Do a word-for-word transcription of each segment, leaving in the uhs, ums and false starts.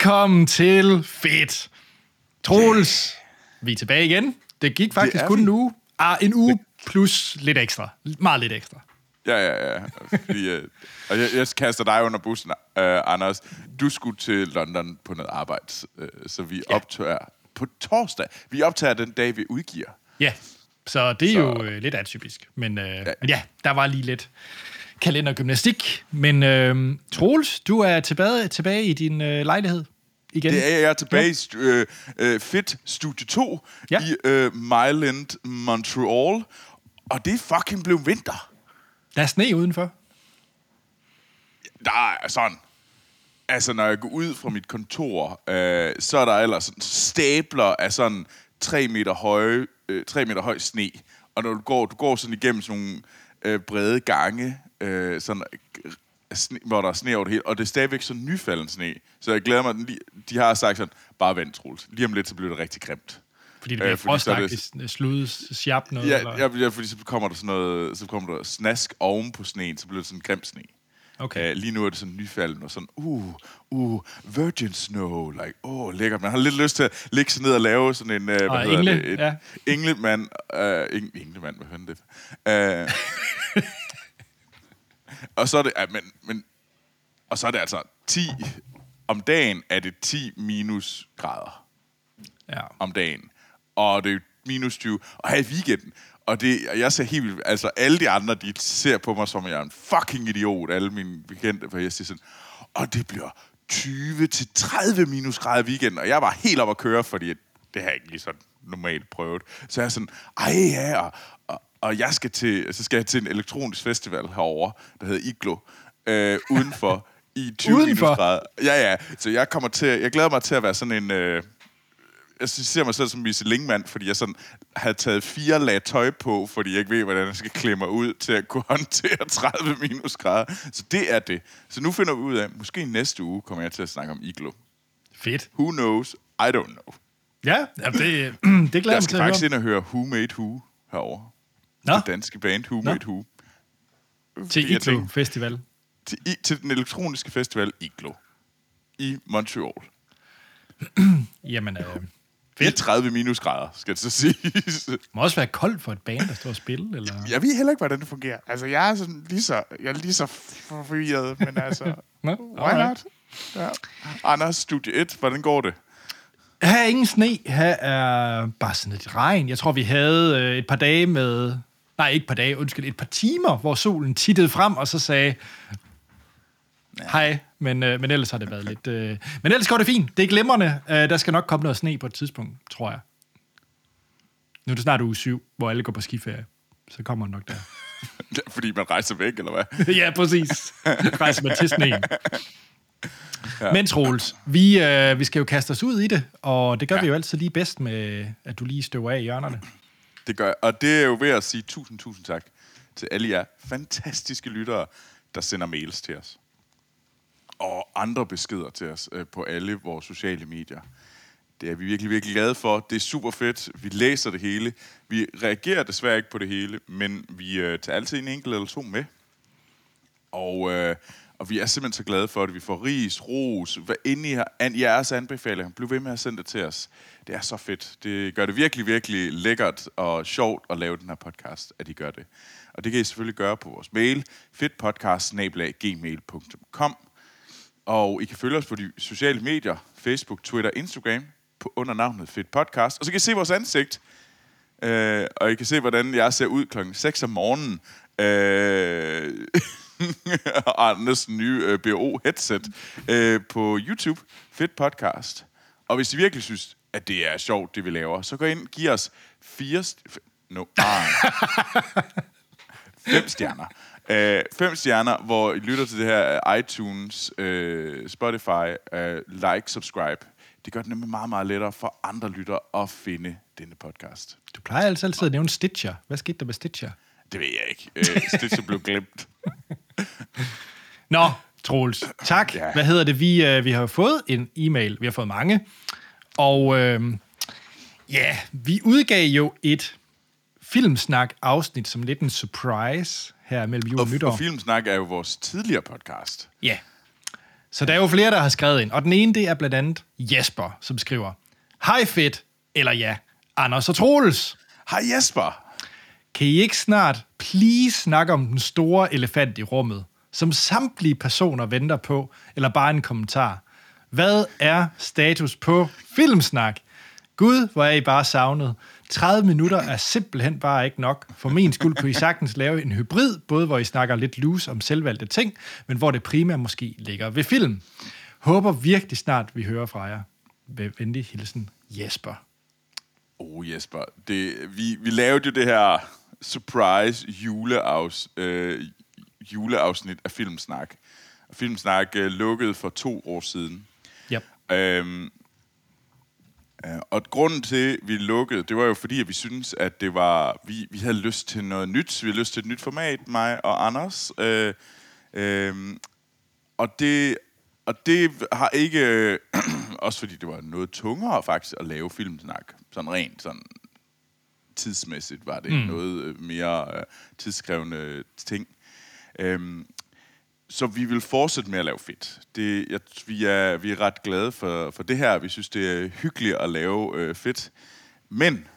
Velkommen til Fedt. Troels, vi er tilbage igen. Det gik faktisk kun en uge. Ah, en uge plus lidt ekstra. Meget lidt ekstra. Ja, ja, ja. Fordi, øh, og jeg, jeg kaster dig under bussen, øh, Anders. Du skulle til London på noget arbejde, øh, så vi ja. optager på torsdag. Vi optager den dag, vi udgiver. Ja, så det er så... jo øh, lidt atypisk. Men, øh, ja. men ja, der var lige lidt kalendergymnastik. Men øh, Troels, du er tilbage, tilbage i din øh, lejlighed igen. Det er jeg er tilbage ja. i øh, øh, Fedt Studie to ja. i øh, Myland, Montreal. Og det er fucking blevet vinter. Der er sne udenfor. Der er sådan... Altså, når jeg går ud fra mit kontor, øh, så er der ellers sådan stabler af sådan tre meter høje, øh, tre meter høj sne. Og når du går, du går sådan igennem sådan nogle øh, brede gange, øh, sådan, øh, sne, hvor der er sne over det hele, og det er stadigvæk sådan nyfalden sne. Så jeg glæder mig, de, de har sagt sådan, bare vent, Troels. Lige om lidt, så bliver det rigtig grimt. Fordi det bliver øh, frostagtigt, sludes, sjap noget? Ja, eller? ja, ja, fordi så kommer der sådan noget, så kommer der snask oven på sneen, så bliver det sådan grim sne. Okay. Uh, lige nu er det sådan nyfalden og sådan, uh, uh, virgin snow, like, åh, oh, lækkert. Man har lidt lyst til at ligge sig ned og lave sådan en, uh, hvad og hedder engle, det, et ja. englemand, uh, eng, englemand, hvad fanden det? Uh, og så er det, uh, men, men, og så er det altså ti, om dagen er det ti minus grader. Ja. Om dagen. Og det er minus tyve, og her i weekenden, og det, jeg ser helt vildt, altså alle de andre, de ser på mig som, jeg er en fucking idiot, alle mine bekendte, for jeg siger sådan, og det bliver tyve til tredive minusgrader i weekenden, og jeg var helt op at køre, fordi det har jeg ikke lige sådan normalt prøvet. Så jeg er sådan, ej ja, og, og, og jeg skal til, så skal jeg til en elektronisk festival herovre, der hedder Iglo, øh, udenfor, i tyve minusgrader. Ja, ja, så jeg kommer til, jeg glæder mig til at være sådan en... Øh, jeg ser mig selv som Michelin-mand, fordi jeg sådan havde taget fire lag tøj på, fordi jeg ikke ved, hvordan jeg skal klemme mig ud til at kunne håndtere tredive minusgrader. Så det er det. Så nu finder vi ud af, måske næste uge kommer jeg til at snakke om Iglo. Fedt. Who knows? I don't know. Ja, det, det glæder jeg mig til. Jeg skal faktisk ind og høre Who Made Who herovre. Nå. Det danske band Who Nå. Made Who. Til Iglo Festival. Til, til den elektroniske festival Iglo. I Montreal. Jamen, øh... Fedt. tredive minusgrader, skal det så siges. Det må også være koldt for et band, der står og spiller, eller? Jeg ved heller ikke, hvordan det fungerer. Altså, jeg er sådan lige så, jeg er lige så forvirret, men altså... no? Why not? Ja. Anders, studie et, hvordan går det? Her er ingen sne. Her er bare sådan lidt regn. Jeg tror, vi havde øh, et par dage med... Nej, ikke et par dage, undskyld. Et par timer, hvor solen tittede frem, og så sagde... Hej, men, øh, men ellers har det været lidt... Øh, men ellers går det fint. Det er glimrende. Øh, der skal nok komme noget sne på et tidspunkt, tror jeg. Nu er det snart uge syv, hvor alle går på skiferie. Så kommer den nok der. Fordi man rejser væk, eller hvad? Ja, præcis. Rejser man til sneen. Ja. Men Troels, vi, øh, vi skal jo kaste os ud i det, og det gør ja. vi jo altid lige bedst med, at du lige støver af i hjørnerne. Det gør jeg, og det er jo ved at sige tusind, tusind tak til alle jer fantastiske lyttere, der sender mails til os. Og andre beskeder til os øh, på alle vores sociale medier. Det er vi virkelig, virkelig glade for. Det er super fedt. Vi læser det hele. Vi reagerer desværre ikke på det hele, men vi øh, tager altid en enkelt eller to med. Og, øh, og vi er simpelthen så glade for det. Vi får ris, ros, hvad inde i her, an, jeres anbefalinger. Bliv ved med at sende det til os. Det er så fedt. Det gør det virkelig, virkelig lækkert og sjovt at lave den her podcast, at I gør det. Og det kan I selvfølgelig gøre på vores mail, fedtpodcast snabel-a gmail punktum com. Og I kan følge os på de sociale medier, Facebook, Twitter, Instagram, på under navnet Fedt Podcast. Og så kan I se vores ansigt. Øh, og I kan se, hvordan jeg ser ud klokken seks om morgenen. Øh, og Anders nye øh, B O-headset øh, på YouTube, Fedt Podcast. Og hvis I virkelig synes, at det er sjovt, det vi laver, så gå ind og giv os fire... St- no, ah, fem stjerner. Uh, fem stjerner, hvor I lytter til det her uh, iTunes, uh, Spotify, uh, like, subscribe. Det gør det nemlig meget, meget lettere for andre lyttere at finde denne podcast. Du plejer altså altid at nævne Stitcher. Hvad skete der med Stitcher? Det ved jeg ikke. Uh, Stitcher blev glemt. Nå, Troels. Tak. Ja. Hvad hedder det? Vi, uh, vi har fået en e-mail. Vi har fået mange. Og uh, ja, vi udgav jo et Filmsnak-afsnit som lidt en surprise her mellem jul og, og nytår. Og Filmsnak er jo vores tidligere podcast. Ja. Så der er jo flere, der har skrevet ind. Og den ene, det er blandt andet Jesper, som skriver, hej fedt, eller ja, Anders og Troels. Hej Jesper. Kan I ikke snart please snakke om den store elefant i rummet, som samtlige personer venter på, eller bare en kommentar? Hvad er status på Filmsnak? Gud, hvor er I bare savnet. tredive minutter er simpelthen bare ikke nok. For min skyld kunne I sagtens lave en hybrid, både hvor I snakker lidt loose om selvvalgte ting, men hvor det primært måske ligger ved film. Håber virkelig snart, vi hører fra jer. Med venlig hilsen, Jesper. Oh Jesper, det, vi, vi lavede jo det her surprise juleafs, øh, juleafsnit af Filmsnak. Filmsnak øh, lukkede for to år siden. Yep. Øhm, øh, og grunden til, at vi lukkede, det var jo fordi, at vi syntes, at det var, vi, vi havde lyst til noget nyt. Vi havde lyst til et nyt format, mig og Anders. Øh, øh, og det... Og det har ikke... Øh, også fordi det var noget tungere faktisk at lave Filmsnak. Sådan rent, sådan tidsmæssigt var det mm. noget øh, mere øh, tidskrævende ting. Øhm, så vi vil fortsætte med at lave fedt. Det, jeg, vi, er, vi er ret glade for, for det her. Vi synes, det er hyggeligt at lave øh, fedt. Men...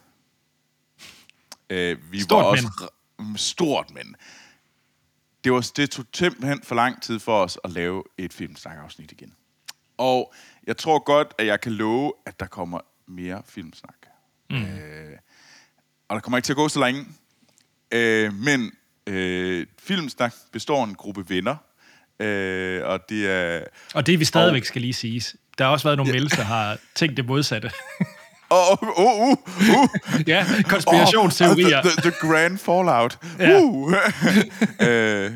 Øh, vi stort var også... Men. Stort men. Det, var, det tog simpelthen for lang tid for os at lave et Filmsnak-afsnit igen. Og jeg tror godt, at jeg kan love, at der kommer mere Filmsnak. Mm. Øh, og der kommer ikke til at gå så længe. Øh, men øh, Filmsnak består af en gruppe venner. Øh, og det er... Og det vi stadigvæk og, skal lige siges. Der har også været nogle ja. mails, der har tænkt det modsatte. Åh, oh, oh, uh, uh. Ja, konspirationsteorier. Oh, the, the, the grand fallout. Ja. Uh. øh,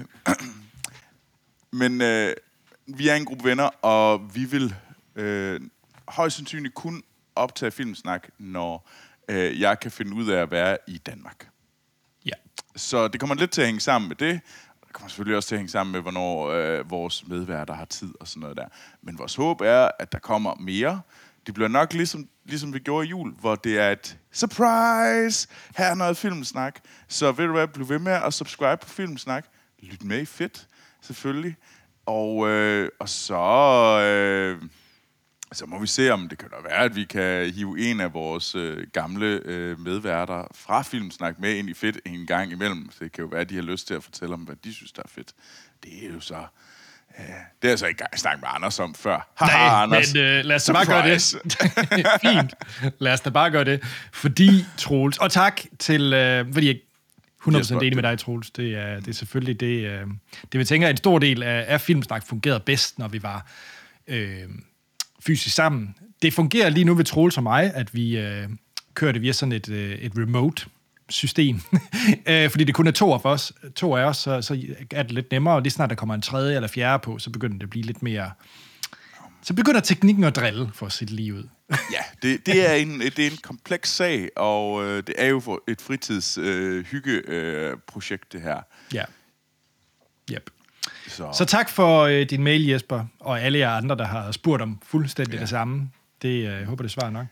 men øh, vi er en gruppe venner, og vi vil øh, højst sandsynligt kun optage Filmsnak, når øh, jeg kan finde ud af at være i Danmark. Ja. Så det kommer lidt til at hænge sammen med det. Det kommer selvfølgelig også til at hænge sammen med, hvornår øh, vores medværter har tid og sådan noget der. Men vores håb er, at der kommer mere. Det bliver nok ligesom, ligesom vi gjorde i jul, hvor det er et surprise! Her er noget Filmsnak. Så vil du hvad, bliv ved med at subscribe på Filmsnak. Lyt med i fedt, selvfølgelig. Og, øh, og så, øh, så må vi se, om det kan da være, at vi kan hive en af vores øh, gamle øh, medværter fra Filmsnak med ind i fedt en gang imellem. Så det kan jo være, at de har lyst til at fortælle om, hvad de synes, der er fedt. Det er jo så... Ja, det har jeg så ikke engang snakket med Anders om før. Haha, nej, Anders. Men øh, lad os da bare gøre det. Fint. Lad os da bare gøre det. Fordi, Troels, og tak til, øh, fordi jeg er hundrede procent enig med dig, Troels. Det er, det er selvfølgelig det, øh, det vi tænker, en stor del af, af Filmsnak fungerede bedst, når vi var øh, fysisk sammen. Det fungerer lige nu ved Troels og mig, at vi øh, kører det via sådan et, øh, et remote system. Fordi det kun er to af os, to af os så, så er det lidt nemmere, og lige snart der kommer en tredje eller fjerde på, så begynder det at blive lidt mere... Så begynder teknikken at drille, for at se det lige ud. Ja, det, det, er en, det er en kompleks sag, og øh, det er jo et fritids øh, hyggeprojekt, øh, det her. Ja. Yep. Så. så tak for øh, din mail, Jesper, og alle jer andre, der har spurgt om fuldstændig ja. det samme. Det, øh, jeg håber, det svarer nok.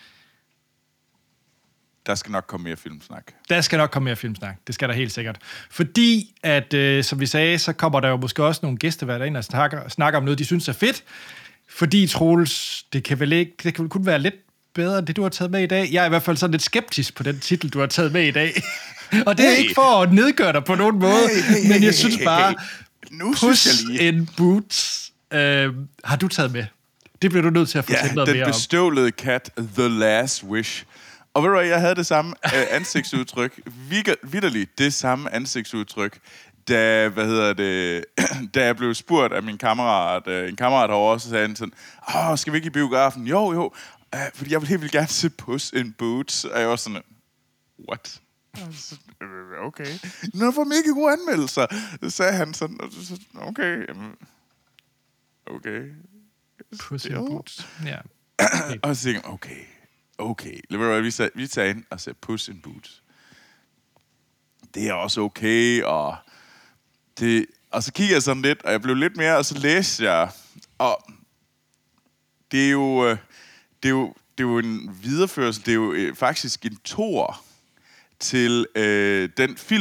Der skal nok komme mere Filmsnak. Der skal nok komme mere Filmsnak. Det skal der helt sikkert. Fordi, at øh, som vi sagde, så kommer der jo måske også nogle gæsteværter ind og snakker, snakker om noget, de synes er fedt. Fordi, Troels, det kan vel ikke, det kan vel kun være lidt bedre, det du har taget med i dag. Jeg er i hvert fald sådan lidt skeptisk på den titel, du har taget med i dag. Og det er hey. ikke for at nedgøre dig på nogen måde, hey, hey, men jeg synes bare, hey, hey. Puss in Boots øh, har du taget med. Det bliver du nødt til at fortælle ja, noget mere om. Den bestøvlede kat, The Last Wish. Og ved du hvad, jeg havde det samme øh, ansigtsudtryk, vitterligt det samme ansigtsudtryk, da, hvad hedder det, da jeg blev spurgt af min kammerat, øh, en kammerat herovre, så sagde han sådan, åh, skal vi ikke i biografen? Jo, jo, øh, fordi jeg vil helt vildt gerne se Puss in Boots. Og jeg var sådan, what? Okay. Nå, for mega gode anmeldelser. Så sagde han sådan, okay, okay. Puss in Boots, ja. Okay. Og så tænkte jeg, okay. Okay, vi tager, vi tager ind og ser Puss in Boots. Det er også okay, og det, og så kigger jeg sådan lidt, og jeg blev lidt mere, og så læste jeg, og det er jo, det er jo, det er jo en videreførelse, det er jo faktisk en toer til øh, den film,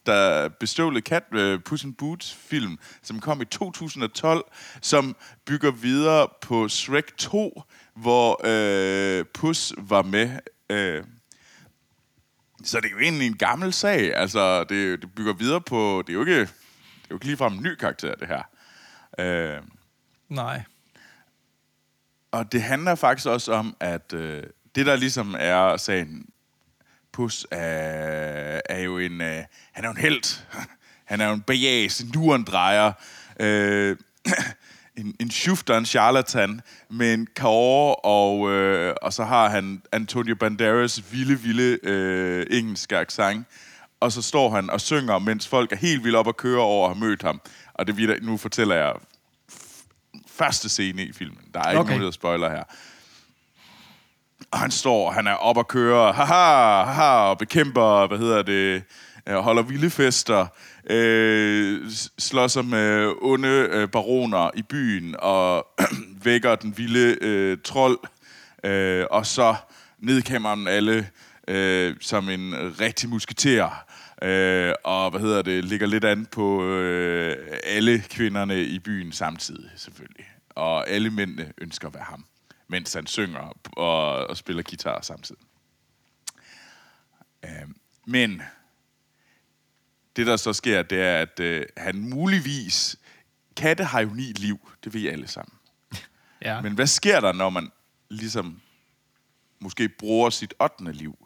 der bestøvlet kat, uh, Puss in Boots-film, som kom i to tusind og tolv, som bygger videre på Shrek to, hvor uh, Puss var med. Uh, så det er jo egentlig en gammel sag. Altså, det, det bygger videre på... Det er jo ikke, det er jo ikke ligefrem en ny karakter, det her. Uh, Nej. Og det handler faktisk også om, at uh, det, der ligesom er sagen... Puss er, er jo en... Uh, han er jo en helt. Han er jo en bejas, en durendrejer. Uh, en, en schufter, en charlatan med en kaore, og, uh, og så har han Antonio Banderas vilde, vilde uh, engelske accent. Og så står han og synger, mens folk er helt vildt op at køre over at have mødt ham. Og det vil, nu fortæller jeg f- første scene i filmen. Der er ikke okay. nogen, der spoiler her. Og han står, han er op at køre, haha, haha, og bekæmper, hvad hedder det, holder vilde fester, øh, slår sig med onde øh, baroner i byen, og vækker den vilde øh, trold, øh, og så nedkæmmer man alle øh, som en rigtig musketer, øh, og hvad hedder det, ligger lidt an på øh, alle kvinderne i byen samtidig, selvfølgelig. Og alle mændene ønsker at være ham, mens han synger og, og spiller guitar samtidig. Øh, men det, der så sker, det er, at øh, han muligvis... Katte har jo ni liv, det ved I alle sammen. Ja. Men hvad sker der, når man ligesom måske bruger sit ottende liv?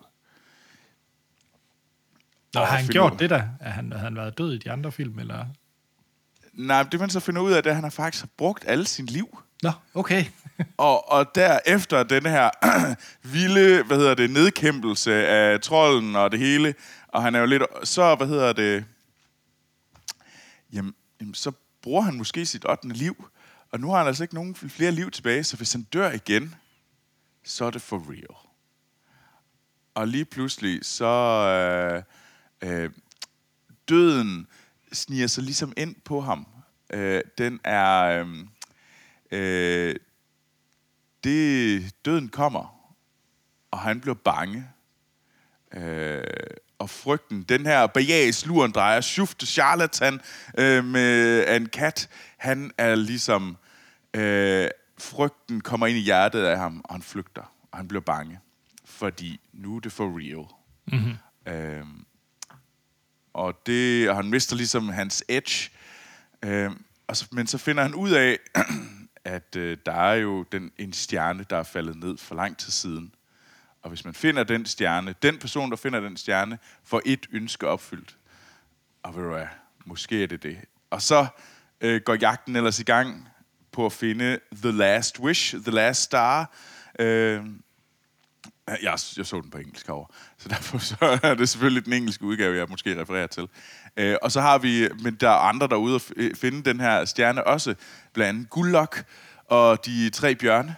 Nå, har han gjort ud... det der? Er han, har han været død i de andre film, eller? Nej, det man så finder ud af, det er, at han har faktisk brugt alle sin liv. Nå, okay. og, og derefter den her vilde, hvad hedder det, nedkæmpelse af trolden og det hele, og han er jo lidt, så, hvad hedder det, jamen, jamen så bruger han måske sit ottende liv, og nu har han altså ikke nogen flere liv tilbage, så hvis han dør igen, så er det for real. Og lige pludselig, så øh, øh, døden sniger sig ligesom ind på ham. Øh, den er... Øh, øh, det, døden kommer, og han bliver bange. Øh, og frygten, den her bajas, lurendrejer, schufte, charlatan øh, med en kat, han er ligesom... Øh, frygten kommer ind i hjertet af ham, og han flygter, og han bliver bange. Fordi nu er det for real. Mm-hmm. Øh, og, det, og han mister ligesom hans edge. Øh, og så, men så finder han ud af, at øh, der er jo den, en stjerne, der er faldet ned for lang tid siden. Og hvis man finder den stjerne, den person, der finder den stjerne, får et ønske opfyldt. Og ved du hvad, måske er det det. Og så øh, går jagten ellers i gang på at finde The Last Wish, The Last Star. Øh, jeg, jeg så den på engelsk herovre, så derfor så er det selvfølgelig den engelske udgave, jeg måske refererer til. Øh, og så har vi, men der er andre derude at finde den her stjerne også, blandt andet Guldlok og de tre bjørne.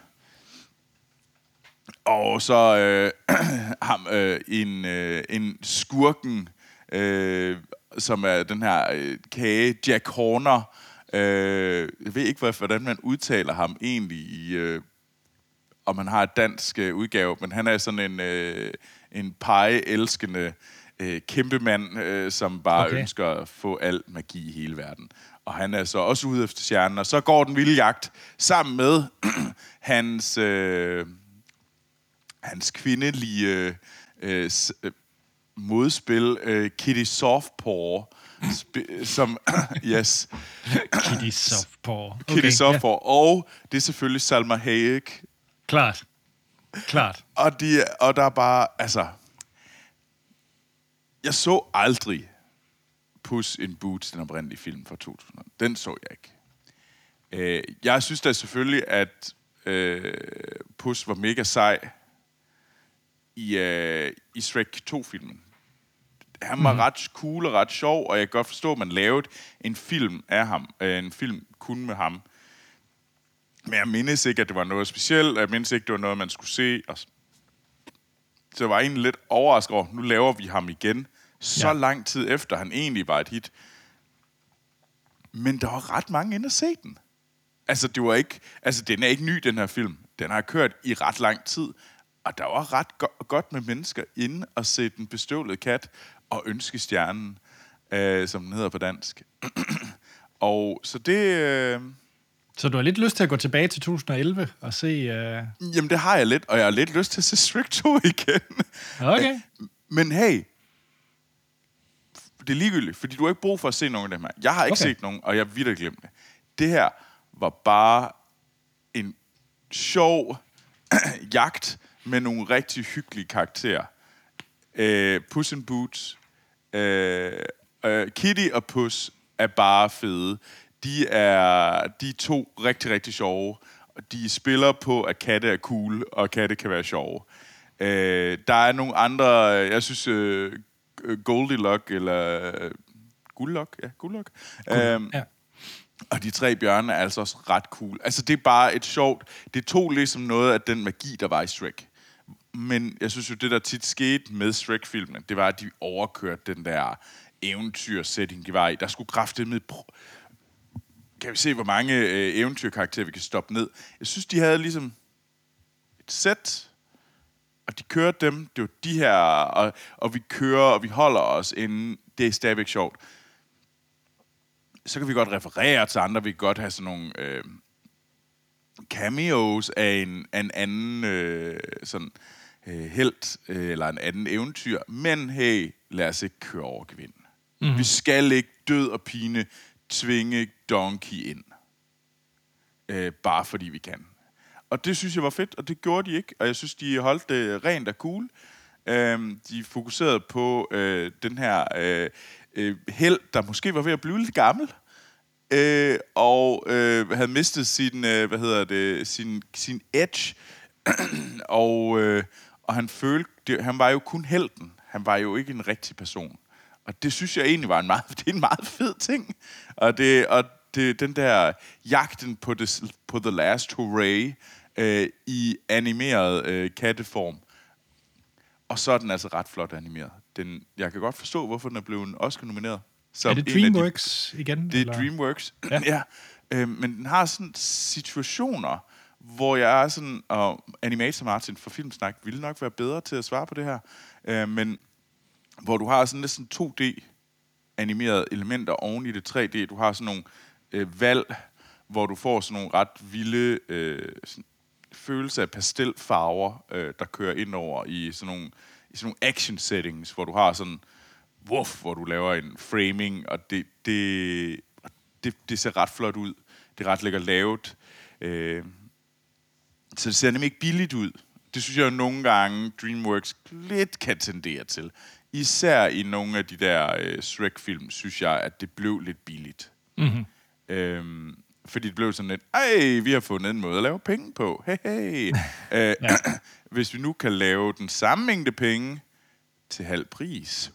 Og så øh, ham, øh, en, øh, en skurken, øh, som er den her øh, kage, Jack Horner. Øh, jeg ved ikke, hvordan man udtaler ham egentlig, i, øh, om han har et dansk øh, udgave, men han er sådan en, øh, en pege-elskende øh, kæmpemand, øh, som bare okay. ønsker at få al magi i hele verden. Og han er så også ude efter stjernen, og så går den vilde jagt sammen med hans... Øh, hans kvindelige øh, øh, modspil, øh, Kitty Softpaw, sp- som, yes. Kitty Softpaw. Okay, Kitty Softpaw, yeah. Og det er selvfølgelig Salma Hayek. Klart. Klart. Og, de, og der er bare, altså, jeg så aldrig Puss in Boots, den oprindelige film fra to tusind. Den så jeg ikke. Øh, jeg synes da selvfølgelig, at øh, Puss var mega sej, i, uh, i Shrek to-filmen. Han var mm. ret cool og ret sjov, og jeg kan godt forstå, at man lavede en film af ham, uh, en film kun med ham. Men jeg mindes ikke, at det var noget specielt, og jeg mindes ikke, at det var noget, man skulle se. Og så jeg var egentlig lidt overrasket over, nu laver vi ham igen, så ja. lang tid efter, han egentlig var et hit. Men der var ret mange inde at se den. Altså, det var ikke, altså, den er ikke ny, den her film. Den har kørt i ret lang tid. Og der var ret go- godt med mennesker inde og se den bestøvlede kat og ønske stjernen. øh, som den hedder på dansk. Og så det... Øh, Så du har lidt lyst til at gå tilbage til to tusind og elleve og se... Uh... Jamen, det har jeg lidt, og jeg har lidt lyst til at se Shrek to igen. Okay. Men hey, det er ligegyldigt, fordi du har ikke brug for at se nogen af dem her. Jeg har ikke okay. set nogen, og jeg har vildt glemt det. Det her var bare en sjov jagt med nogle rigtig hyggelige karakterer. Uh, Puss in Boots, uh, uh, Kitty og Puss er bare fede. De er de er to rigtig, rigtig sjove. De spiller på, at katte er cool, og katte kan være sjove. Øh, der er nogle andre, jeg synes, uh, Goldilocks, eller uh, Guldlok, ja, Guldlok. Øhm, ja. Og de tre bjørne er altså også ret cool. Altså, det er bare et sjovt... Det tog ligesom noget af den magi, der var i Shrek. Men jeg synes jo, det der tit skete med Shrek-filmen, det var, at de overkørte den der eventyr-setting, de var i. Der skulle kraftedeme... Kan vi se, hvor mange øh, eventyrkarakterer vi kan stoppe ned? Jeg synes, de havde ligesom et sæt, og de kørte dem. Det var de her, og, og vi kører, og vi holder os inden. Det er stadigvæk sjovt. Så kan vi godt referere til andre. Vi kan godt have sådan nogle øh, cameos af en, af en anden øh, sådan, øh, helt øh, eller en anden eventyr. Men hey, lad os ikke køre over gevind. Mm-hmm. Vi skal ikke død og pine tvinge Donkey ind. Øh, bare fordi vi kan. Og det synes jeg var fedt, og det gjorde de ikke. Og jeg synes, de holdt det rent og cool. Øh, de fokuserede på øh, den her øh, øh, held, der måske var ved at blive lidt gammel. Øh, og øh, havde mistet sin, øh, hvad hedder det, sin, sin edge. og, øh, og han følte, det, han var jo kun helten. Han var jo ikke en rigtig person. Og det synes jeg egentlig var en meget, det er en meget fed ting. Og det, og det, den der jagten på, det, på The Last Hurray øh, i animeret øh, katteform. Og så er den altså ret flot animeret. Den, jeg kan godt forstå, hvorfor den er blevet Oscar-nomineret. Er det DreamWorks de, igen? Det er eller? DreamWorks, ja. ja. Øh, men den har sådan situationer, hvor jeg er sådan, og Animator Martin fra Filmsnak ville nok være bedre til at svare på det her, øh, men hvor du har sådan næsten to D-animerede elementer oven i det tre D. Du har sådan nogle øh, valg, hvor du får sådan nogle ret vilde øh, sådan, følelser af pastelfarver, øh, der kører ind over i sådan nogle, i sådan nogle action settings, hvor du har sådan, wuff, hvor du laver en framing, og det, det, det, det ser ret flot ud. Det er ret lækkert lavet. Øh, så det ser nemlig ikke billigt ud. Det synes jeg jo nogle gange DreamWorks lidt kan tendere til. Især i nogle af de der øh, Shrek-film, synes jeg, at det blev lidt billigt. Mm-hmm. Øhm, fordi det blev sådan lidt, ej, vi har fundet en måde at lave penge på. Hey, hey. øh, ja. Hvis vi nu kan lave den samme mængde penge til halv pris.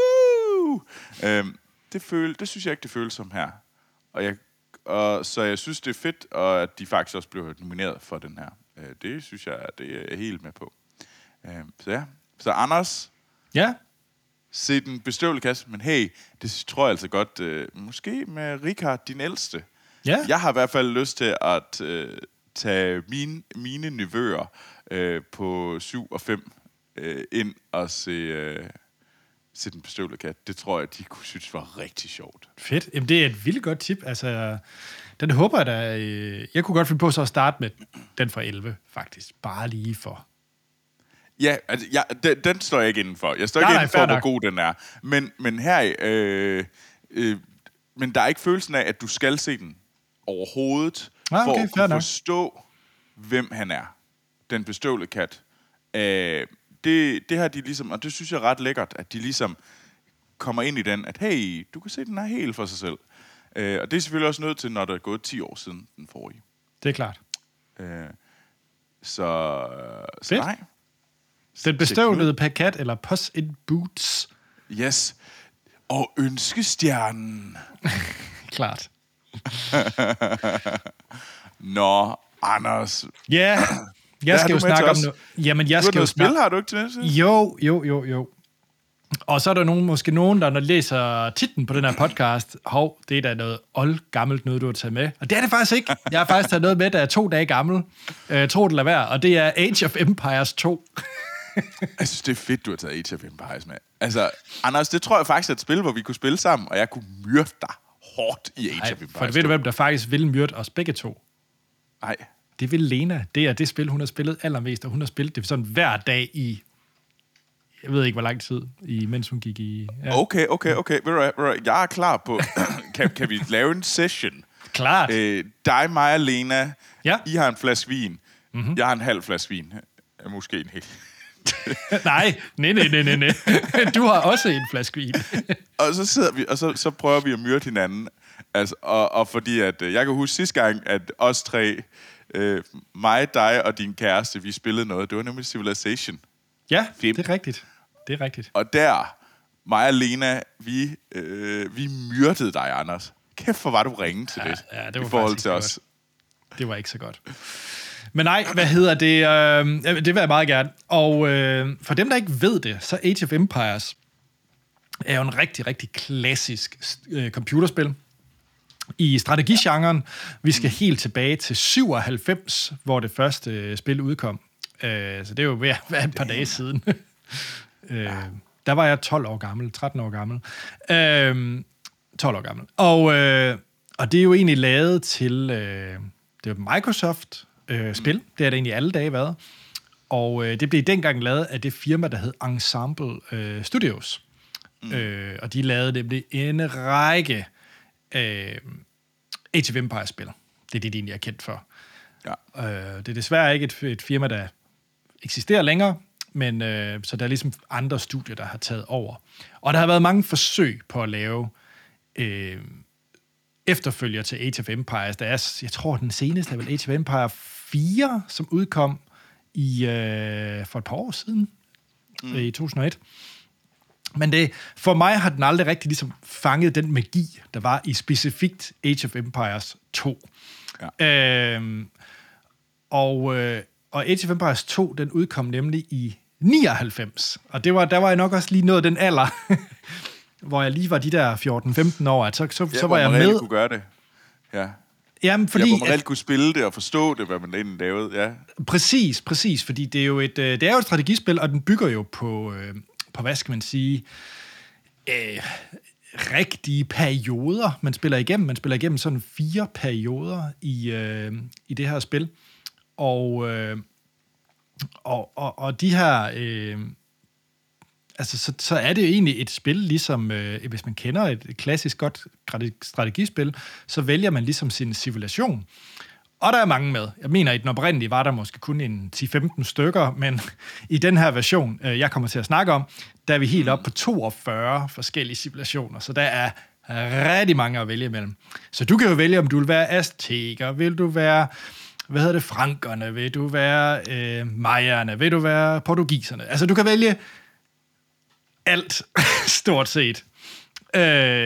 Øhm, det, føl, det synes jeg ikke, det føles som her. Og jeg, og, så jeg synes, det er fedt, og at de faktisk også blev nomineret for den her. Øh, det synes jeg, det er jeg helt med på. Øh, så ja. Så Anders... Ja? Se den bestøvlede kasse, men hey, det tror jeg altså godt, øh, måske med Richard, din ældste. Ja. Jeg har i hvert fald lyst til at øh, tage mine, mine nevøer øh, på syv og fem øh, ind og se, øh, se den bestøvlede kat. Det tror jeg, de kunne synes var rigtig sjovt. Fedt. Jamen, det er et vildt godt tip. Altså, den håber jeg da... Øh, jeg kunne godt finde på så at starte med den fra elleve, faktisk. Bare lige for... Ja, altså, ja den, den står jeg ikke inden for. Jeg står nej, ikke nej, inden for, hvor nok. god den er. Men, men her... Øh, øh, men der er ikke følelsen af, at du skal se den overhovedet, ah, okay, for at kunne forstå, hvem han er. Den bestøvlede kat. Øh, det, det har de ligesom... Og det synes jeg er ret lækkert, at de ligesom kommer ind i den, at hey, du kan se, den er helt for sig selv. Øh, og det er selvfølgelig også nødt til, når der er gået ti år siden den forrige. Det er klart. Øh, så... så nej. Den bestøvlede pakat, eller Puss in Boots. Yes. Og ønskestjernen. Klart. Nå, Anders. Ja, yeah. jeg skal jo snakke om noget. Jamen, jeg du skal har jo spil, snak- har du ikke til det? Jo, jo, jo, jo. Og så er der nogen, måske nogen, der når de læser titlen på den her podcast, hov, det er da noget oldgammelt noget, du har taget med. Og det er det faktisk ikke. Jeg har faktisk taget noget med, der er to dage gammel. Uh, tro det eller være. Og det er Age of Empires to. Jeg synes, det er fedt, du har taget Age of Empires med. Altså, Anders, det tror jeg faktisk er et spil, hvor vi kunne spille sammen, og jeg kunne myrde dig hårdt i Age Ej, of Empires. for ved du, hvem der faktisk vil myrde os begge to? Nej. Det vil Lena. Det er det spil, hun har spillet allermest, og hun har spillet det sådan hver dag i, jeg ved ikke, hvor lang tid, i, mens hun gik i... Ja. Okay, okay, okay. Ved du hvad, ved du hvad, jeg er klar på... kan, kan vi lave en session? Klart. Øh, dig, mig og Lena. Ja. I har en flaske vin. Mm-hmm. Jeg har en halv flaske vin. Måske en hel. nej, nej, nej, nej, nej, nej. Du har også en flaske vin. Og så sidder vi, og så, så prøver vi at myrde hinanden. Altså, og, og fordi at, øh, jeg kan huske sidste gang, at os tre, øh, mig, dig og din kæreste, vi spillede noget. Det var nemlig Civilization. Ja, Fem. det er rigtigt. Det er rigtigt. Og der, mig og Lena, vi, øh, vi myrdede dig, Anders. Kæft, hvor var du ringe til Ja, det, ja, det var i forhold faktisk til ikke os. Det var ikke så godt. Men nej, hvad hedder det? Øh, det vil jeg meget gerne. Og øh, for dem, der ikke ved det, så Age of Empires er jo en rigtig, rigtig klassisk øh, computerspil i strategigenren. Vi skal mm. helt tilbage til syvoghalvfems, hvor det første øh, spil udkom. Øh, så det er jo ved at være et par dage siden. øh, der var jeg tolv år gammel, tretten år gammel. Øh, tolv år gammel. Og, øh, og det er jo egentlig lavet til... Øh, det er Microsoft øh, spil. Mm. Det har det egentlig alle dage været. Og øh, det blev dengang lavet af det firma, der hed Ensemble øh, Studios. Mm. Øh, og de lavede nemlig en række øh, Age of Empires-spil. Det er det, de egentlig er kendt for. Ja. Øh, det er desværre ikke et, et firma, der eksisterer længere, men øh, så der er ligesom andre studier, der har taget over. Og der har været mange forsøg på at lave øh, efterfølger til Age of Empires. Der er, jeg tror, den seneste er vel Age of Empires fire, som udkom i øh, for et par år siden, mm. i to tusind og et. Men det, for mig har den aldrig rigtig ligesom fanget den magi, der var i specifikt Age of Empires to. Ja. Øhm, og, øh, og Age of Empires to, den udkom nemlig i nioghalvfems. Og det var, der var jeg nok også lige nået den alder, hvor jeg lige var de der fjorten femten år, at så, så, ja, så var jeg med. med. Kunne gøre det. Ja. Jamen, fordi, ja, hvor man reelt kunne spille det og forstå det, hvad man egentlig lavede. Ja. Præcis, præcis, fordi det er jo et, det er jo et strategispil, og den bygger jo på, øh, på hvad skal man sige, øh, rigtige perioder, man spiller igennem. Man spiller igennem sådan fire perioder i, øh, i det her spil. Og, øh, og, og, og de her... Øh, altså, så, så er det jo egentlig et spil, ligesom øh, hvis man kender et, et klassisk godt strategispil, så vælger man ligesom sin civilisation. Og der er mange med. Jeg mener, i den oprindelige var der måske kun en ti femten stykker, men i den her version, øh, jeg kommer til at snakke om, der er vi helt op på toogfyrre forskellige civilisationer, så der er rigtig mange at vælge imellem. Så du kan jo vælge, om du vil være azteker, vil du være, hvad hedder det, frankerne, vil du være øh, majerne, vil du være portugiserne. Altså, du kan vælge alt, stort set. Øh,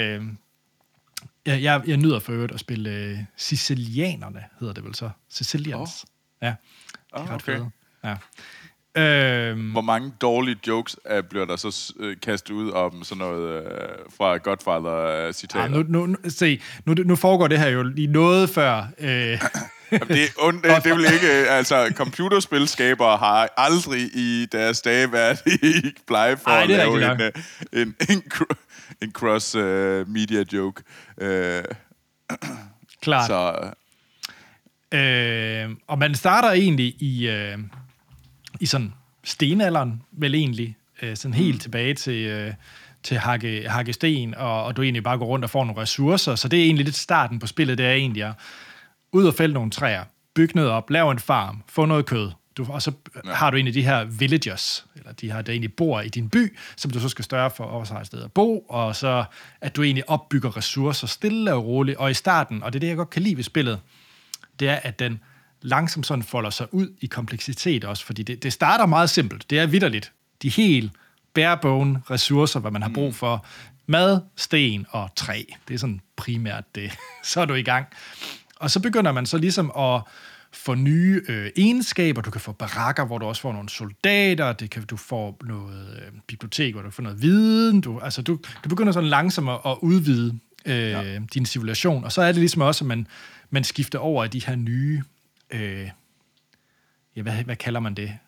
jeg, jeg, jeg nyder for øvrigt at spille øh, sicilianerne, hedder det vel så. Sicilians. Oh. Ja, de er oh, ret okay. fede. Ja. Øh, Hvor mange dårlige jokes uh, bliver der så uh, kastet ud om sådan noget uh, fra Godfather-citater? Uh, nu, nu, se, nu, nu foregår det her jo lige noget før... Øh, det, er und, det, det vil ikke... Altså, computerspilskabere har aldrig i deres dage været i pleje for Ej, at lave en, en, en, en cross-media uh, joke. Uh, Klart. Så, øh, og man starter egentlig i... Øh, i sådan stenalderen, vel egentlig, øh, sådan helt mm. tilbage til, øh, til hakke, hakke sten, og, og du egentlig bare går rundt og får nogle ressourcer, så det er egentlig lidt starten på spillet, det er egentlig at ud og fælde nogle træer, bygge noget op, lave en farm, få noget kød, du, og så ja. har du egentlig de her villagers, eller de her, der egentlig bor i din by, som du så skal større for også har et sted at bo, og så at du egentlig opbygger ressourcer stille og roligt, og i starten, og det er det, jeg godt kan lide ved spillet, det er, at den langsomt sådan folder sig ud i kompleksitet også, fordi det, det starter meget simpelt. Det er vitterligt. De helt barebone ressourcer, hvad man har brug for. Mad, sten og træ. Det er sådan primært det. Så er du i gang. Og så begynder man så ligesom at få nye øh, egenskaber. Du kan få barakker, hvor du også får nogle soldater. Det kan, du får noget øh, bibliotek, hvor du får noget viden. Du, altså, du, du begynder sådan langsomt at, at udvide øh, ja. din civilisation. Og så er det ligesom også, at man, man skifter over i de her nye... Øh, ja, hvad, hvad kalder man det?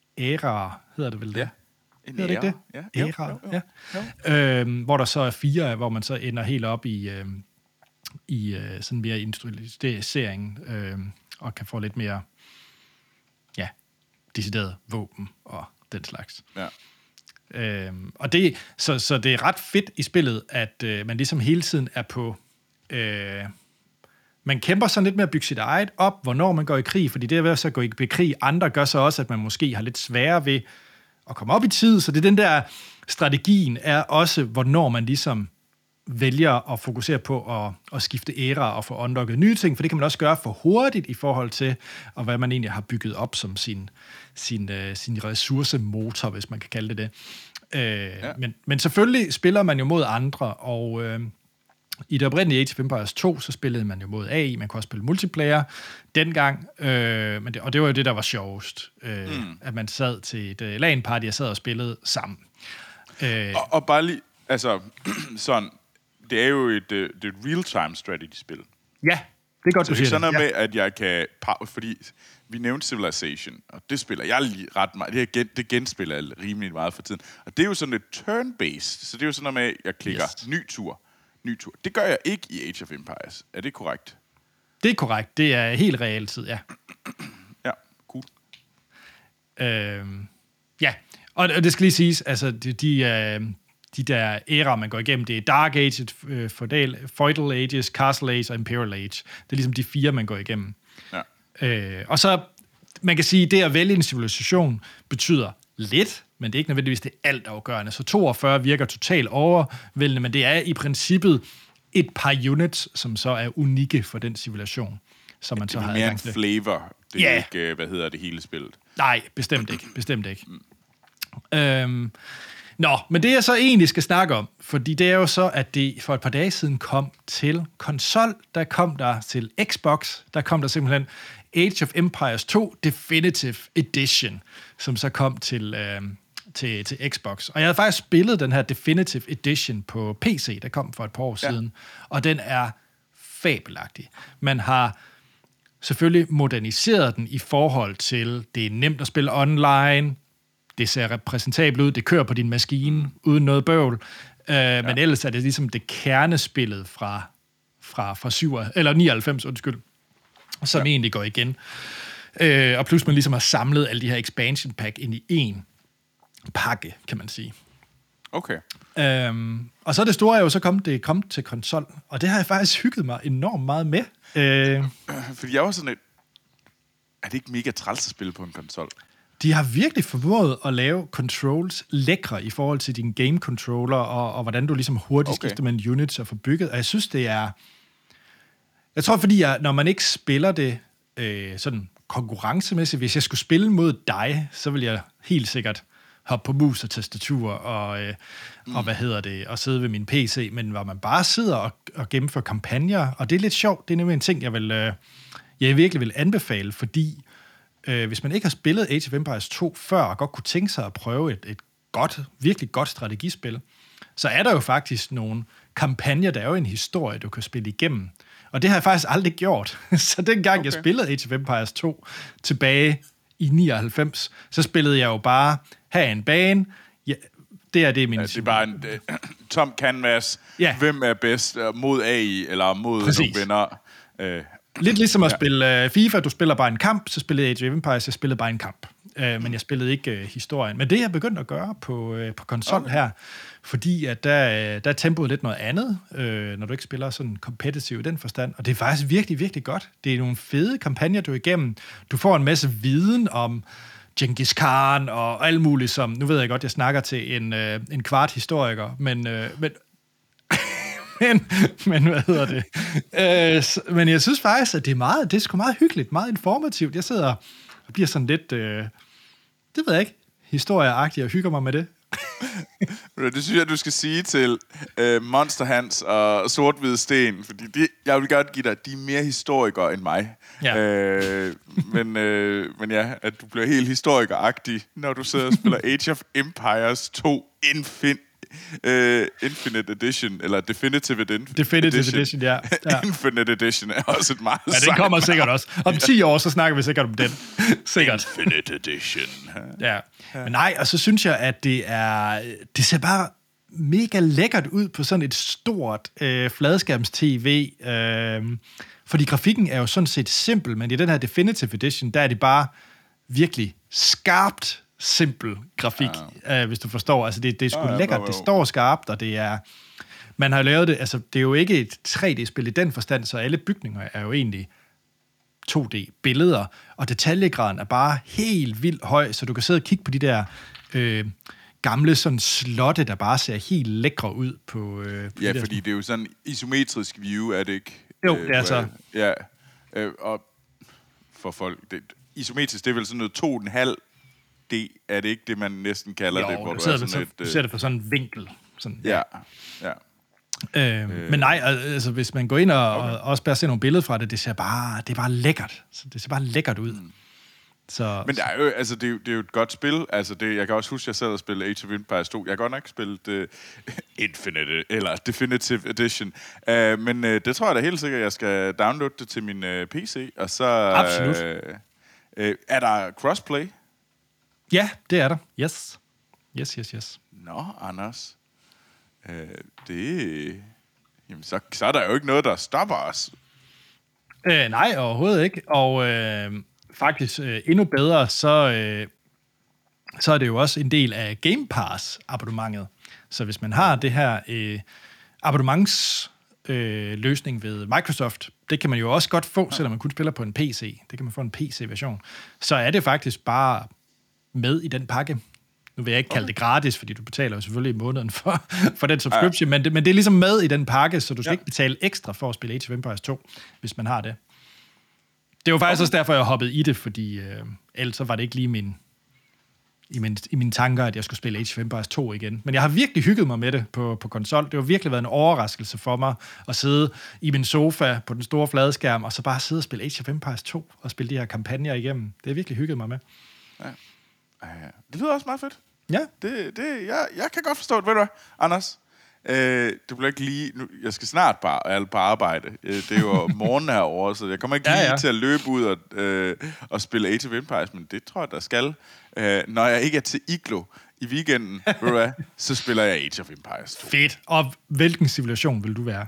æra, hedder det vel det? Ja. En hedder det ikke det? Ja. Æra, Jo, jo, jo. ja. Øhm, hvor der så er fire, hvor man så ender helt op i, øh, i øh, sådan mere industrialisering, øh, og kan få lidt mere, ja, decideret våben og den slags. Ja. Øhm, og det, så, så det er ret fedt i spillet, at øh, man ligesom hele tiden er på... Øh, man kæmper sådan lidt med at bygge sit eget op, hvornår man går i krig, fordi det er ved at så gå i krig. Andre gør så også, at man måske har lidt sværere ved at komme op i tid, så det er den der strategien er også, hvornår man ligesom vælger at fokusere på at, at skifte æra og få unlocket nye ting, for det kan man også gøre for hurtigt i forhold til, og hvad man egentlig har bygget op som sin, sin, uh, sin ressourcemotor, hvis man kan kalde det det. Uh, ja. men, men selvfølgelig spiller man jo mod andre, og uh, i det oprindelige Age of Empires to, så spillede man jo mod A I, man kunne også spille multiplayer dengang, øh, men det, og det var jo det, der var sjovest, øh, mm. at man sad til et uh, LAN-party, og sad og spillede sammen. Øh, og, og bare lige, altså, sådan, det er jo et, det er et real-time strategy-spil. Ja, det er godt, så du siger det. Så det er sådan noget ja. med, at jeg kan... Fordi vi nævnte Civilization, og det spiller jeg lige ret meget. Det, gen, det genspiller jeg rimelig meget for tiden. Og det er jo sådan et turn-based, så det er jo sådan noget med, at jeg klikker yes. ny tur, ny tur. Det gør jeg ikke i Age of Empires. Er det korrekt? Det er korrekt. Det er helt realtid, ja. Ja, cool. Øhm, ja, og, og det skal lige siges, altså de... de øh, de der æra, man går igennem, det er Dark Age, Feudal, Feudal Ages, Castle Age og Imperial Age. Det er ligesom de fire, man går igennem. Ja. Øh, og så, man kan sige, det at vælge en civilisation betyder lidt, men det er ikke nødvendigvis det alt afgørende. Så toogfyrre virker totalt overvældende, men det er i princippet et par units, som så er unikke for den civilisation, som man ja, så har adgang til. Det er mere en flavor, det er yeah. ikke, hvad hedder det, hele spillet. Nej, bestemt ikke, bestemt ikke. Mm. Øhm, Nå, men det jeg så egentlig skal snakke om, fordi det er jo så, at det for et par dage siden kom til konsol, der kom der til Xbox, der kom der simpelthen Age of Empires to Definitive Edition, som så kom til, øh, til, til Xbox. Og jeg havde faktisk spillet den her Definitive Edition på P C, der kom for et par år ja. siden, og den er fabelagtig. Man har selvfølgelig moderniseret den i forhold til, det er nemt at spille online, det ser repræsentabelt ud, det kører på din maskine uden noget bøvl, øh, ja. men ellers er det ligesom det kernespillet fra, fra, fra syv, eller nioghalvfems, undskyld, som ja. egentlig går igen. Øh, og plus man ligesom har samlet alle de her expansion pack ind i en pakke, kan man sige. Okay. Øhm, og så er det store er jo så kommet, det er kommet til konsol, og det har jeg faktisk hygget mig enormt meget med. Øh, Fordi jeg var sådan et, er det ikke mega træls at spille på en konsol? De har virkelig formået at lave controls lækre i forhold til din game controller, og, og hvordan du ligesom hurtigt okay. skifter mellem units og får bygget. Og jeg synes, det er... Jeg tror, fordi jeg, når man ikke spiller det øh, sådan konkurrencemæssigt, hvis jeg skulle spille mod dig, så vil jeg helt sikkert hoppe på mus og tastatur og, øh, mm. og hvad hedder det, og sidde ved min P C, men hvor man bare sidder og, og gennemfører kampagner, og det er lidt sjovt. Det er nemlig en ting, jeg vil, øh, jeg virkelig vil anbefale, fordi Øh, hvis man ikke har spillet Age of Empires to før, og godt kunne tænke sig at prøve et, et godt, virkelig godt strategispil, så er der jo faktisk nogle kampagner, der er jo en historie, du kan spille igennem. Og det har jeg faktisk aldrig gjort. Så dengang okay. jeg spillede Age of Empires to tilbage i nioghalvfems, så spillede jeg jo bare her en bane. Ja, det er det, min... Ja, det er bare en uh, tom canvas. Ja. Hvem er bedst uh, mod A I, eller mod Præcis. nogle venner? Uh, Lidt ligesom at ja. spille uh, FIFA, du spiller bare en kamp, så spillede Age of Empires, jeg spillede bare en kamp. Uh, men jeg spillede ikke uh, historien. Men det er jeg begyndt at gøre på, uh, på konsol okay. her, fordi at der, der er tempoet lidt noget andet, uh, når du ikke spiller sådan competitive i den forstand. Og det er faktisk virkelig, virkelig godt. Det er nogle fede kampagner, du er igennem. Du får en masse viden om Genghis Khan og alt muligt, som, nu ved jeg godt, jeg snakker til en, uh, en kvart historiker, men... Uh, men Men, men hvad hedder det? Øh, men jeg synes faktisk, at det er meget, det er sgu meget hyggeligt, meget informativt. Jeg sidder og bliver sådan lidt, øh, det ved jeg ikke, historieagtig og hygger mig med det. Det synes jeg, du skal sige til øh, Monster Hans og Sort-Hvid Sten, fordi de, jeg vil godt give dig, de er mere historikere end mig. Ja. Øh, men, øh, men ja, at du bliver helt historikeragtig, når du sidder og spiller Age of Empires to Infin- uh, Infinite Edition, eller Definitive Edition. Definitive Edition, edition ja. ja. Infinite Edition er også et meget Ja, den kommer sikkert også. Om ti år, så snakker vi sikkert om den. Sikkert. Infinite Edition. Ja. Men nej, og så synes jeg, at det er... Det ser bare mega lækkert ud på sådan et stort øh, fladskærms-tv. Øh, fordi grafikken er jo sådan set simpel, men i den her Definitive Edition, der er det bare virkelig skarpt simpel grafik, ja. øh, hvis du forstår. Altså, det, det er sgu ja, ja, lækkert. Det står skarpt, og det er... Man har lavet det... Altså, det er jo ikke et tre D-spil i den forstand, så alle bygninger er jo egentlig to D-billeder, og detaljegraden er bare helt vildt høj, så du kan sidde og kigge på de der... Øh, gamle sådan slotte, der bare ser helt lækre ud på... Øh, på ja, de fordi sådan. Det er jo sådan isometrisk view, er det ikke? Jo, det er så. Ja, øh, og for folk... Det, isometrisk, det er vel sådan noget to komma fem D, er det ikke det, man næsten kalder jo, det? Hvor du, du, ser er det, sådan så, et, du ser det på sådan en vinkel. Sådan, ja, ja. Øh, øh, men nej, altså hvis man går ind og, okay. og også bare ser nogle billeder fra det, det ser bare, det er bare lækkert. Så det ser bare lækkert ud. Mm. Så, men det er jo, altså, det er jo, det er jo et godt spil. Altså, det, jeg kan også huske, at jeg sad og spillede Age of Empires to. Jeg har godt nok spillet uh, Infinite, eller Definitive Edition. Uh, men uh, det tror jeg da helt sikkert, at jeg skal downloade det til min uh, P C. Og så Absolut. Uh, uh, er der crossplay? Ja, det er der. Yes. Yes, yes, yes. Nå, Anders. Uh, det... Jamen, så, så er der jo ikke noget, der stopper os. Øh, nej, overhovedet ikke. Og... Øh, faktisk øh, endnu bedre, så, øh, så er det jo også en del af Game Pass-abonnementet. Så hvis man har det her øh, abonnementsløsning øh, løsning ved Microsoft, det kan man jo også godt få, selvom man kun spiller på en P C. Det kan man få en P C-version. Så er det faktisk bare med i den pakke. Nu vil jeg ikke kalde det gratis, fordi du betaler jo selvfølgelig i måneden for, for den subscription, ja. men, det, men det er ligesom med i den pakke, så du skal ja. ikke betale ekstra for at spille Age of Empires to, hvis man har det. Det var faktisk okay. også derfor, jeg hoppede i det, fordi øh, ellers så var det ikke lige min, i, min, i mine tanker, at jeg skulle spille Age of Empires to igen. Men jeg har virkelig hygget mig med det på, på konsol. Det har virkelig været en overraskelse for mig at sidde i min sofa på den store fladskærm, og så bare sidde og spille Age of Empires to og spille de her kampagner igennem. Det har jeg virkelig hygget mig med. Ja. Det lyder også meget fedt. Ja. Det, det, jeg, jeg kan godt forstå det. Ved du hvad, Anders? Øh, det bliver ikke lige... Nu, jeg skal snart bare på arbejde. Det er jo morgen herovre, så jeg kommer ikke lige ja, ja. til at løbe ud og, øh, og spille Age of Empires, men det tror jeg, der skal. Øh, når jeg ikke er til Iglo i weekenden, ved du hvad, så spiller jeg Age of Empires to. Fedt. Og hvilken civilisation vil du være?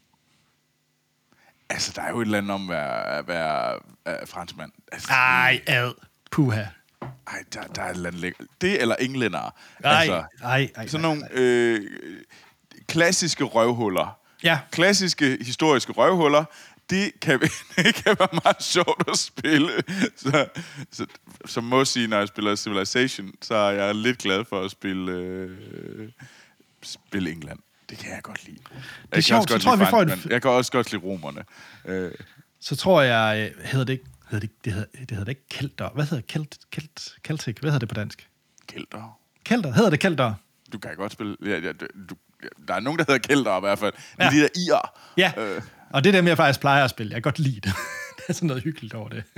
Altså, der er jo et eller andet om at være, være, være franskmand. Altså, ej, ad. Puha. Ej, der, der er et eller andet lækker. Det eller englændere. Ej, altså, ej, ej. Sådan nogle øh, klassiske røvhuller. Ja. Klassiske historiske røvhuller. Det kan, det kan være meget sjovt at spille. Så, så, som må sige, når jeg spiller Civilization, så er jeg lidt glad for at spille, øh, spille England. Det kan jeg godt lide. Det er sjovt, så tror jeg, vi får en... Jeg kan også godt lide romerne. Øh. Så tror jeg, hedder det ikke, hedder det, det, hedder, det hedder det ikke kelter. Hvad hedder kelt, kelt, Celtic? Hvad hedder det på dansk? Kelter. Kelter, hedder det kelter? Du kan godt spille... Ja, ja, du, der er nogen, der hedder kelter i hvert fald. Det er ja. de der irer. Ja, øh. og det er dem, jeg faktisk plejer at spille. Jeg kan godt lide det. Det er sådan noget hyggeligt over det.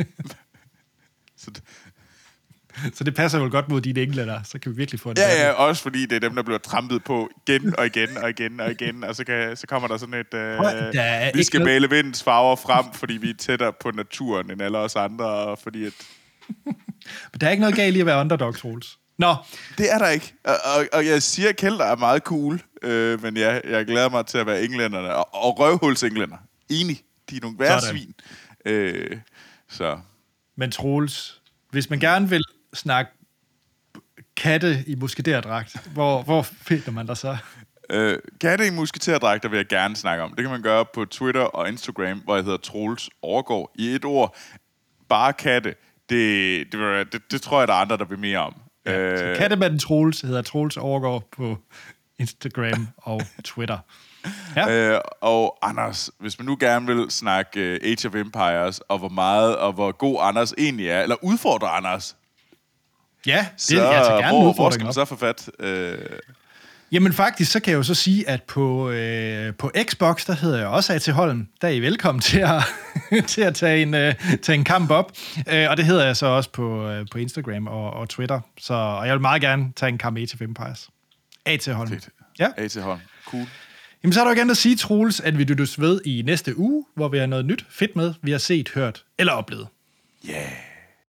Så det... Så det passer jo godt mod dine englænder, så kan vi virkelig få det. Ja, ja, også fordi det er dem, der bliver trampet på igen og igen og igen og igen, og så, kan, så kommer der sådan et, øh, vi skal male vindens farver frem, fordi vi er tættere på naturen end alle os andre, og fordi at... Men der er ikke noget galt i at være underdogs, Troels. Nå. Det er der ikke, og, og, og jeg siger, at kelter er meget cool, øh, men ja, jeg glæder mig til at være englænderne, og, og røvhulsenglænder. Enig, de er nogle værre svin. Øh, så. Men Troels, hvis man gerne vil snakke katte i musketerdragt, hvor, hvor finder man der så? Øh, katte i musketerdragter vil jeg gerne snakke om. Det kan man gøre på Twitter og Instagram, hvor jeg hedder Troels Overgaard. I et ord, bare katte. Det, det, det, det tror jeg, der er andre, der vil mere om. Ja, øh, så kattemanden Troels hedder Troels Overgaard på Instagram og Twitter. Ja. Øh, og Anders, hvis man nu gerne vil snakke uh, Age of Empires, og hvor meget og hvor god Anders egentlig er, eller udfordre Anders, ja, det så, jeg tager gerne hvor, hvor skal man så få fat? Øh... Jamen faktisk, så kan jeg jo så sige, at på, øh, på Xbox, der hedder jeg også A T Holm. Der er I velkommen til at, til at tage, en, øh, tage en kamp op. Øh, og det hedder jeg så også på, øh, på Instagram og, og Twitter. Så, og jeg vil meget gerne tage en kamp Age of Empires. A T Holm. Fedt. Ja. A T Holm. Cool. Jamen, så er der jo igen at sige, Troels, at vi lyttes ved i næste uge, hvor vi har noget nyt fedt med, vi har set, hørt eller oplevet. Yeah.